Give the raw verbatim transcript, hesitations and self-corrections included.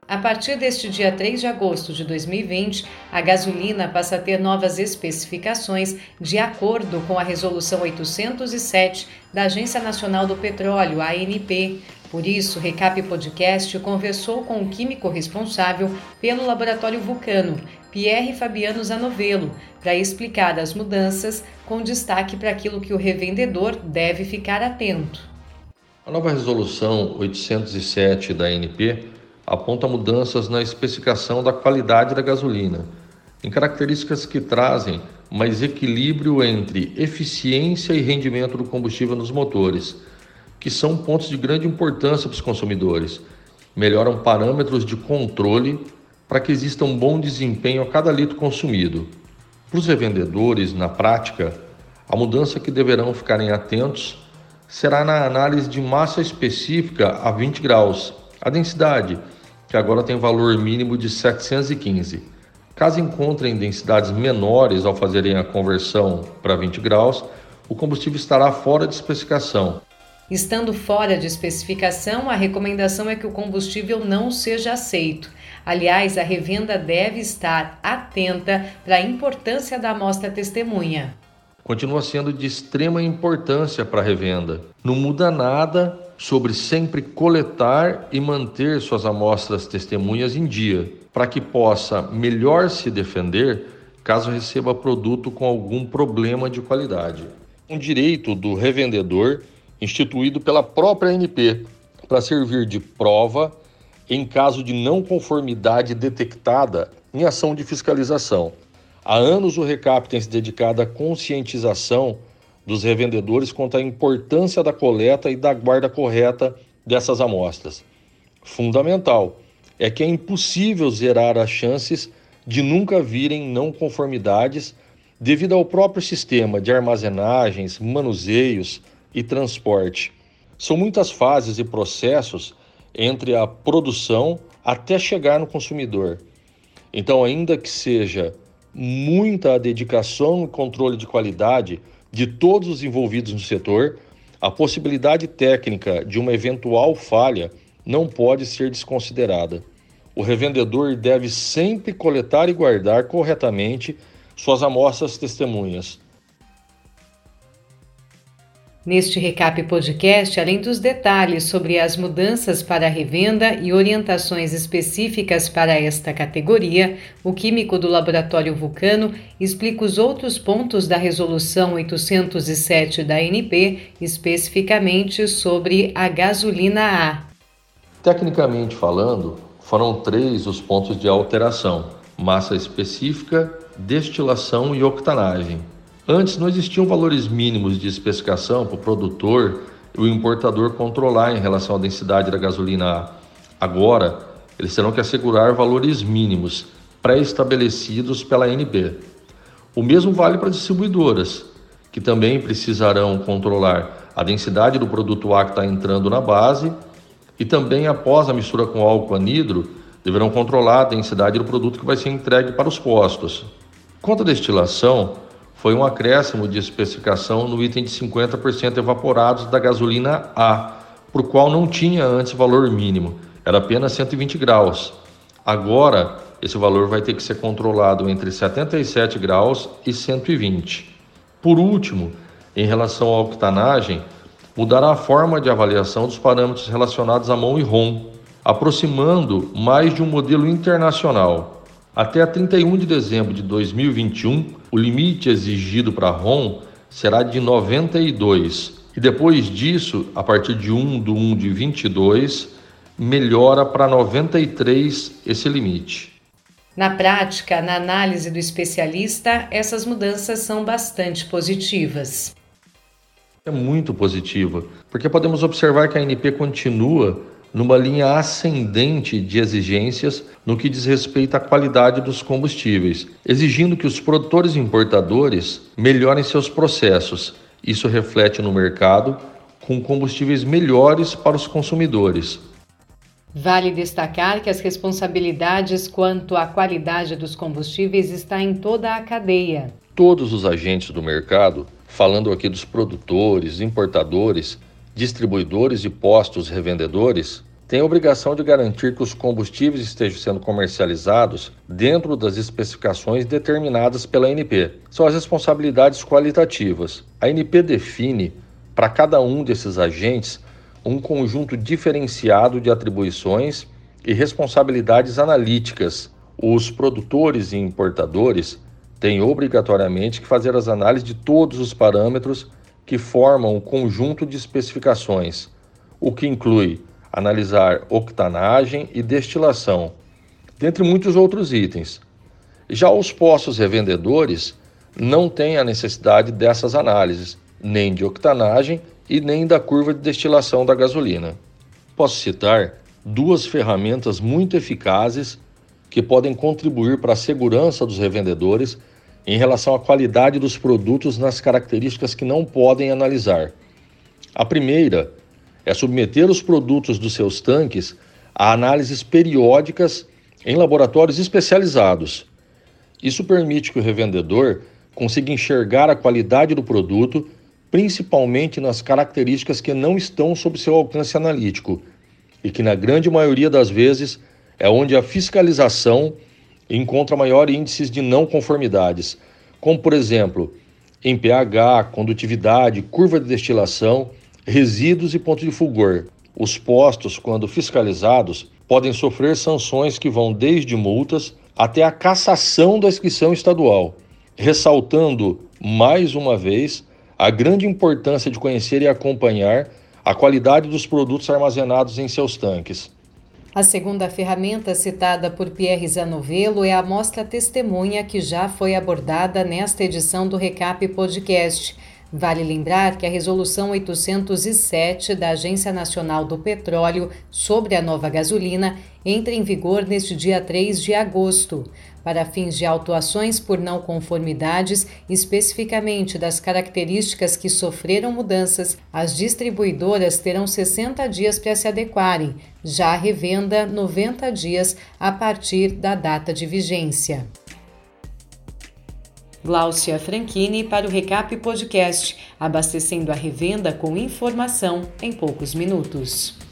A partir deste dia três de agosto de dois mil e vinte, a gasolina passa a ter novas especificações de acordo com a Resolução oitocentos e sete da Agência Nacional do Petróleo, A N P. Por isso, o Recap Podcast conversou com o químico responsável pelo Laboratório Vulcano, Pierre Fabiano Zanovello, para explicar as mudanças, com destaque para aquilo que o revendedor deve ficar atento. A nova Resolução oitocentos e sete da A N P aponta mudanças na especificação da qualidade da gasolina, em características que trazem mais equilíbrio entre eficiência e rendimento do combustível nos motores, que são pontos de grande importância para os consumidores. Melhoram parâmetros de controle para que exista um bom desempenho a cada litro consumido. Para os revendedores, na prática, a mudança que deverão ficarem atentos será na análise de massa específica a vinte graus, a densidade, que agora tem valor mínimo de setecentos e quinze. Caso encontrem densidades menores ao fazerem a conversão para vinte graus, o combustível estará fora de especificação. Estando fora de especificação, a recomendação é que o combustível não seja aceito. Aliás, a revenda deve estar atenta para a importância da amostra testemunha. Continua sendo de extrema importância para a revenda. Não muda nada sobre sempre coletar e manter suas amostras testemunhas em dia, para que possa melhor se defender caso receba produto com algum problema de qualidade. Um direito do revendedor instituído pela própria A N P para servir de prova em caso de não conformidade detectada em ação de fiscalização. Há anos o Recap tem se dedicado à conscientização dos revendedores quanto à importância da coleta e da guarda correta dessas amostras. Fundamental é que é impossível zerar as chances de nunca virem não conformidades devido ao próprio sistema de armazenagens, manuseios e transporte. São muitas fases e processos entre a produção até chegar no consumidor. Então, ainda que seja muita dedicação e controle de qualidade de todos os envolvidos no setor, a possibilidade técnica de uma eventual falha não pode ser desconsiderada. O revendedor deve sempre coletar e guardar corretamente suas amostras testemunhas. Neste Recap Podcast, além dos detalhes sobre as mudanças para a revenda e orientações específicas para esta categoria, o químico do Laboratório Vulcano explica os outros pontos da Resolução oitocentos e sete da A N P, especificamente sobre a gasolina A. Tecnicamente falando, foram três os pontos de alteração: massa específica, destilação e octanagem. Antes não existiam valores mínimos de especificação para o produtor e o importador controlar em relação à densidade da gasolina A. Agora, eles terão que assegurar valores mínimos pré-estabelecidos pela A N P. O mesmo vale para distribuidoras, que também precisarão controlar a densidade do produto A que está entrando na base e também, após a mistura com álcool anidro, deverão controlar a densidade do produto que vai ser entregue para os postos. Quanto à destilação, foi um acréscimo de especificação no item de cinquenta por cento evaporados da gasolina A, por qual não tinha antes valor mínimo, era apenas cento e vinte graus. Agora, esse valor vai ter que ser controlado entre setenta e sete graus e cento e vinte. Por último, em relação à octanagem, mudará a forma de avaliação dos parâmetros relacionados a mão e rom, aproximando mais de um modelo internacional. Até trinta e um de dezembro de dois mil e vinte e um, o limite exigido para rom será de noventa e dois. E depois disso, a partir de um de um de vinte e dois, melhora para noventa e três esse limite. Na prática, na análise do especialista, essas mudanças são bastante positivas. É muito positiva, porque podemos observar que a A N P continua numa linha ascendente de exigências no que diz respeito à qualidade dos combustíveis, exigindo que os produtores e importadores melhorem seus processos. Isso reflete no mercado com combustíveis melhores para os consumidores. Vale destacar que as responsabilidades quanto à qualidade dos combustíveis está em toda a cadeia. Todos os agentes do mercado, falando aqui dos produtores, importadores, distribuidores e postos revendedores, tem a obrigação de garantir que os combustíveis estejam sendo comercializados dentro das especificações determinadas pela A N P. São as responsabilidades qualitativas. A A N P define, para cada um desses agentes, um conjunto diferenciado de atribuições e responsabilidades analíticas. Os produtores e importadores têm obrigatoriamente que fazer as análises de todos os parâmetros que formam o conjunto de especificações, o que inclui analisar octanagem e destilação, dentre muitos outros itens. Já os postos revendedores não têm a necessidade dessas análises, nem de octanagem e nem da curva de destilação da gasolina. Posso citar duas ferramentas muito eficazes que podem contribuir para a segurança dos revendedores em relação à qualidade dos produtos nas características que não podem analisar. A primeira é submeter os produtos dos seus tanques a análises periódicas em laboratórios especializados. Isso permite que o revendedor consiga enxergar a qualidade do produto, principalmente nas características que não estão sob seu alcance analítico e que, na grande maioria das vezes, é onde a fiscalização encontra maior índice de não conformidades, como, por exemplo, em pH, condutividade, curva de destilação, resíduos e ponto de fulgor. Os postos, quando fiscalizados, podem sofrer sanções que vão desde multas até a cassação da inscrição estadual, ressaltando, mais uma vez, a grande importância de conhecer e acompanhar a qualidade dos produtos armazenados em seus tanques. A segunda ferramenta citada por Pierre Zanovello é a amostra testemunha que já foi abordada nesta edição do Recap Podcast. Vale lembrar que a Resolução oitocentos e sete da Agência Nacional do Petróleo sobre a nova gasolina entra em vigor neste dia três de agosto. Para fins de autuações por não conformidades, especificamente das características que sofreram mudanças, as distribuidoras terão sessenta dias para se adequarem, já a revenda noventa dias a partir da data de vigência. Gláucia Franchini para o Recap Podcast, abastecendo a revenda com informação em poucos minutos.